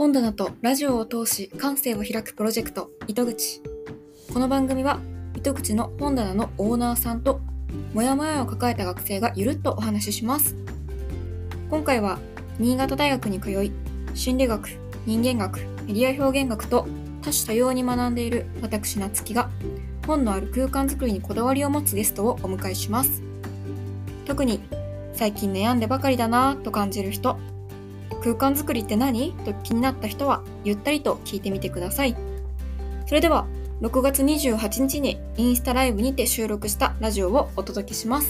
本棚とラジオを通し感性を開くプロジェクト糸口。この番組は糸口の本棚のオーナーさんとモヤモヤを抱えた学生がゆるっとお話しします。今回は新潟大学に通い、心理学、人間学、メディア表現学と多種多様に学んでいる私夏希が本のある空間づくりにこだわりを持つゲストをお迎えします。特に最近悩んでばかりだなぁと感じる人、空間づくりって何と気になった人はゆったりと聞いてみてください。それでは6月28日にインスタライブにて収録したラジオをお届けします。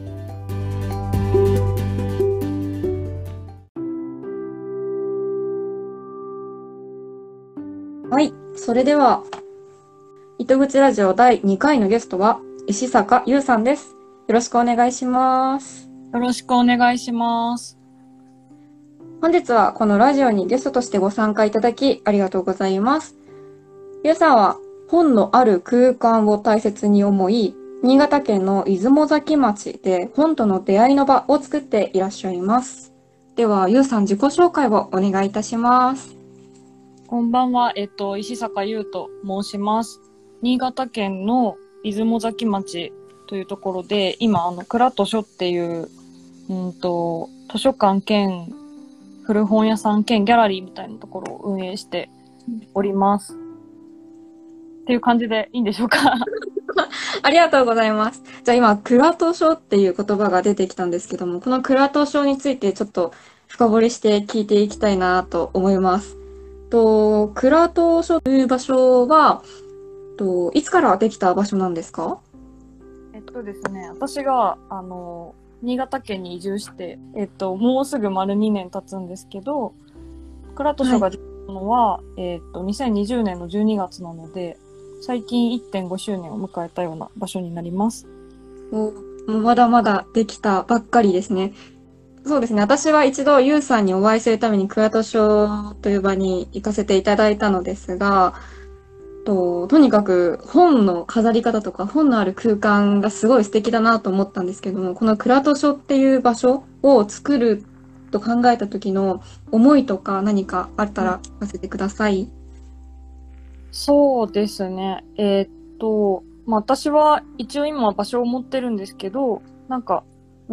はい、それでは糸口ラジオ第2回のゲストは石坂優さんです。よろしくお願いします。 よろしくお願いします。 本日はこのラジオにゲストとしてご参加いただきありがとうございます。ゆうさんは本のある空間を大切に思い、新潟県の出雲崎町で本との出会いの場を作っていらっしゃいます。では、ゆうさん自己紹介をお願いいたします。 こんばんは、石坂優と申します。新潟県の出雲崎町というところで、今、蔵図書っていう、図書館兼古本屋さん兼ギャラリーみたいなところを運営しております。っていう感じでいいんでしょうか？ ありがとうございます。じゃあ今、蔵図書っていう言葉が出てきたんですけども、この蔵図書についてちょっと深掘りして聞いていきたいなと思います。蔵図書という場所は、いつからできた場所なんですか？ ですね、私が、新潟県に移住して、もうすぐ丸2年経つんですけど、蔵図書ができたのは、2020年の12月なので、最近 1.5 周年を迎えたような場所になります。 もうまだまだできたばっかりですね。そうですね。私は一度ユウさんにお会いするために蔵図書という場に行かせていただいたのですが、とにかく本の飾り方とか本のある空間がすごい素敵だなと思ったんですけども、この蔵図書っていう場所を作ると考えた時の思いとか何かあったら聞かせてください。 そうですね。私は一応今場所を持ってるんですけど、なんか、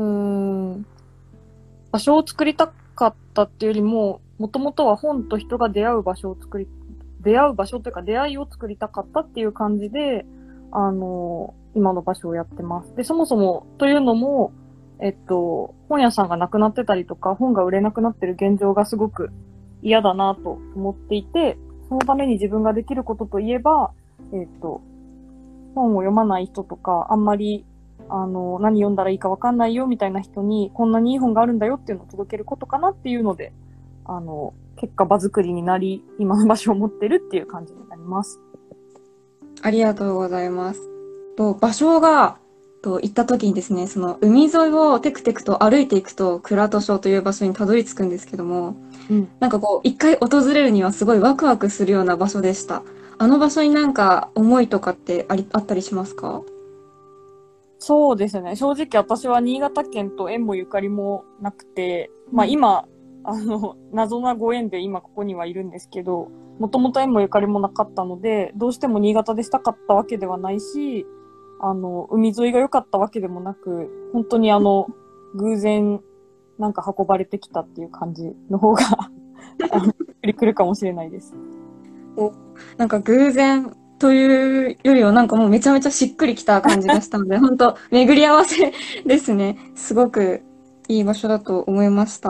場所を作りたかったっていうよりも、もともとは本と人が出会う場所というか出会いを作りたかったっていう感じで、今の場所をやってます。で、そもそもというのも、本屋さんがなくなってたりとか、本が売れなくなってる現状がすごく嫌だなと思っていて、そのために自分ができることといえば、本を読まない人とか、あんまり、何読んだらいいかわかんないよみたいな人に、こんなにいい本があるんだよっていうのを届けることかなっていうので、結果場作りになり、今の場所を持ってるっていう感じになります。 ありがとうございます。場所が、行った時にですね、その海沿いをテクテクと歩いていくと、蔵図書という場所にたどり着くんですけども、なんか一回訪れるにはすごいワクワクするような場所でした。あの場所になんか思いとかってあったりしますか？ そうですね。正直私は新潟県と縁もゆかりもなくて、今、謎なご縁で今ここにはいるんですけど、もともと縁もゆかりもなかったので、どうしても新潟でしたかったわけではないし、海沿いが良かったわけでもなく、本当に偶然、なんか運ばれてきたっていう感じの方が来るかもしれないです。 なんか偶然というよりはなんかもうめちゃめちゃしっくりきた感じがしたので、本当巡り合わせですね。すごくいい場所だと思いました。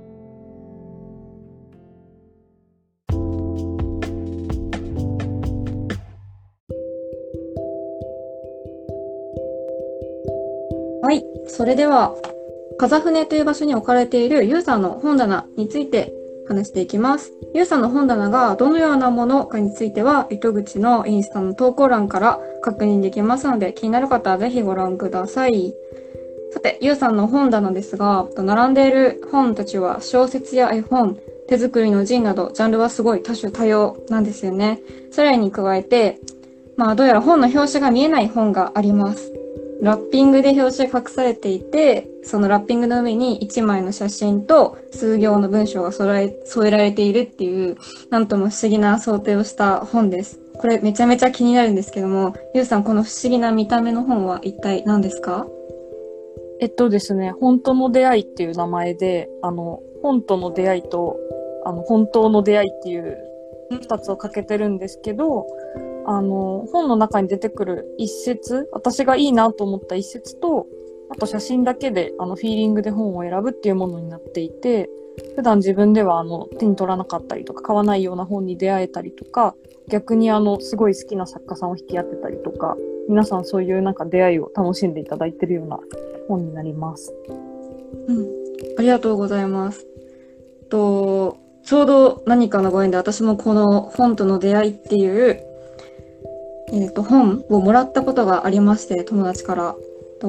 はい。それでは、風船という場所に置かれているユウさんの本棚について話していきます。ユウさんの本棚がどのようなものかについては、糸口のインスタの投稿欄から確認できますので、気になる方はぜひご覧ください。さて、ユウさんの本棚ですが、並んでいる本たちは小説や絵本、手作りのジンなど、ジャンルはすごい多種多様なんですよね。それに加えて、どうやら本の表紙が見えない本があります。 ラッピングで表紙が隠されていて、そのラッピングの上に1枚の写真と数行の文章が添えられているっていう、なんとも不思議な想定をした本です。これめちゃめちゃ気になるんですけども、ゆうさん、この不思議な見た目の本は一体何ですか？ ですね、本当の出会いっていう名前で、本との出会いと、本当の出会いっていう二つをかけてるんですけど、本の中に出てくる一節、私がいいなと思った一節と、あと写真だけで、フィーリングで本を選ぶっていうものになっていて、普段自分では、手に取らなかったりとか、買わないような本に出会えたりとか、逆にすごい好きな作家さんを引き合ってたりとか、皆さんそういうなんか出会いを楽しんでいただいてるような本になります。 ありがとうございます。ちょうど何かのご縁で私もこの本との出会いっていう、本をもらったことがありまして、友達から。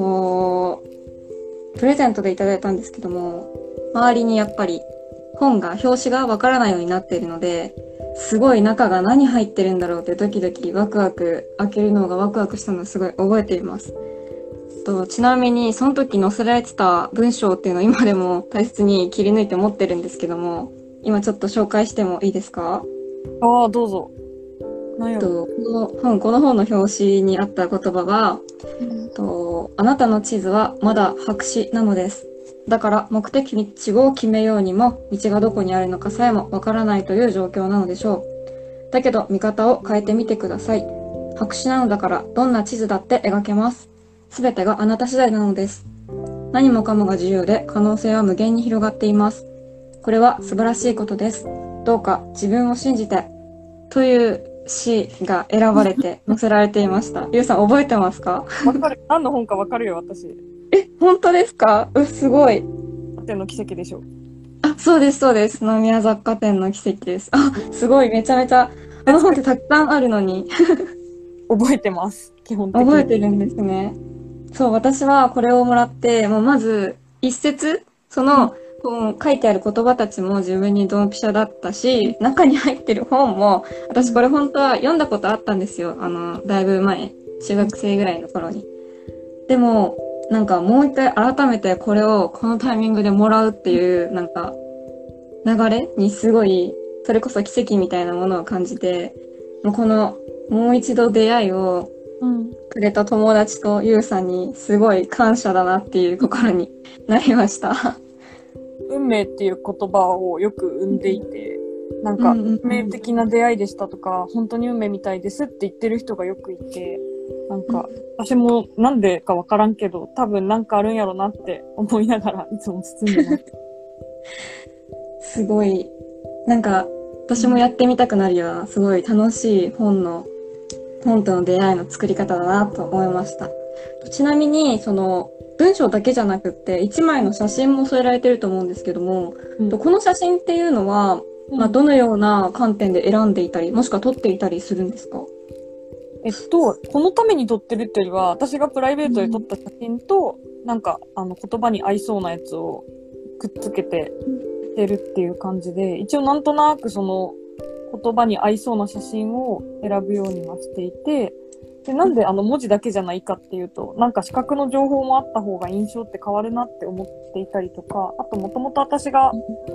プレゼントでいただいたんですけども、周りにやっぱり表紙がわからないようになっているので、すごい中が何入ってるんだろうってドキドキワクワク、開けるのがワクワクしたのをすごい覚えています。ちなみにその時載せられてた文章っていうのを今でも大切に切り抜いて持ってるんですけども、今ちょっと紹介してもいいですか？ ああ、どうぞ。何やろ。 この本の表紙にあった言葉は、あなたの地図はまだ白紙なのです。だから目的地を決めようにも道がどこにあるのかさえもわからないという状況なのでしょう。だけど見方を変えてみてください。白紙なのだからどんな地図だって描けます。すべてがあなた次第なのです。何もかもが自由で可能性は無限に広がっています。これは素晴らしいことです。どうか自分を信じて。という詩が選ばれて載せられていました。ゆうさん覚えてますか？ わかる。何の本かわかるよ、私。 本当ですか？すごい。 雑貨店の奇跡でしょ。 そうです、そうです。飲み屋雑貨店の奇跡です。すごい、めちゃめちゃ、あの本ってたくさんあるのに。 覚えてます、基本的に。 覚えてるんですね。そう、私はこれをもらって、もうまず、一節、書いてある言葉たちも自分にドンピシャだったし、中に入ってる本も、私これ本当は読んだことあったんですよ。だいぶ前、中学生ぐらいの頃に。でも、なんかもう一回改めてこれをこのタイミングでもらうっていう、なんか、流れにすごい、それこそ奇跡みたいなものを感じて、もう一度出会いをくれた友達とゆうさんにすごい感謝だなっていう心になりました。 運命っていう言葉をよく生んでいて、なんか運命的な出会いでしたとか、本当に運命みたいですって言ってる人がよくいて、なんか私もなんでかわからんけど、多分なんかあるんやろなって思いながらいつも包んでます。 すごい、なんか私もやってみたくなるような、すごい楽しい本との出会いの作り方だなと思いました。ちなみに、文章だけじゃなくって、1枚の写真も添えられてると思うんですけども、この写真っていうのは、どのような観点で選んでいたり、もしくは撮っていたりするんですか？ このために撮ってるっていうよりは、私がプライベートで撮った写真と、なんか、言葉に合いそうなやつをくっつけてるっていう感じで、一応なんとなくその言葉に合いそうな写真を選ぶようにはしていて、で、なんで文字だけじゃないかっていうと、なんか視覚の情報もあった方が印象って変わるなって思っていたりとか、あともともと私が、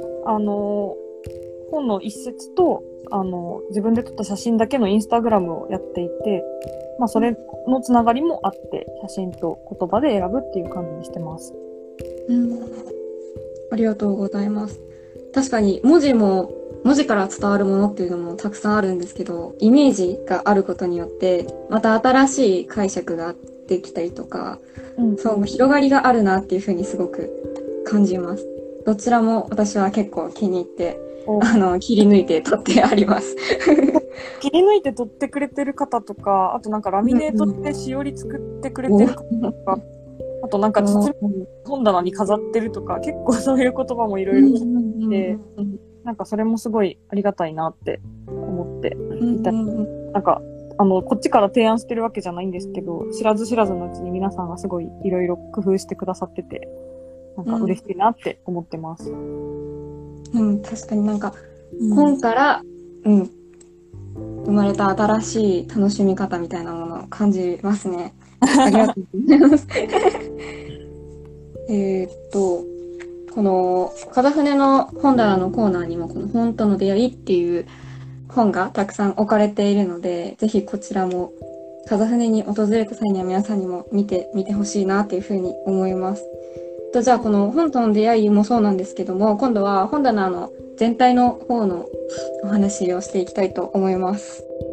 本の一節と、自分で撮った写真だけのインスタグラムをやっていて、まあそれのつながりもあって、写真と言葉で選ぶっていう感じにしてます。 ありがとうございます。確かに文字から伝わるものっていうのもたくさんあるんですけど、イメージがあることによって、また新しい解釈ができたりとか、そう、広がりがあるなっていうふうにすごく感じます。どちらも私は結構気に入って、切り抜いて撮ってあります。 切り抜いて撮ってくれてる方とか、あとなんかラミネートでしおり作ってくれてる方とか、あとなんか包み本棚に飾ってるとか、結構そういう言葉もいろいろ聞いて、なんかそれもすごいありがたいなって思っていた。なんか、こっちから提案してるわけじゃないんですけど、知らず知らずのうちに皆さんがすごいいろいろ工夫してくださってて、なんか嬉しいなって思ってます。 確かになんか、本から、生まれた新しい楽しみ方みたいなものを感じますね。 ありがとうございます。この風船の本棚のコーナーにもこの本との出会いっていう本がたくさん置かれているので、ぜひこちらも風船に訪れた際には皆さんにも見てみてほしいなというふうに思います。じゃあこの本との出会いもそうなんですけども、今度は本棚の全体の方のお話をしていきたいと思います。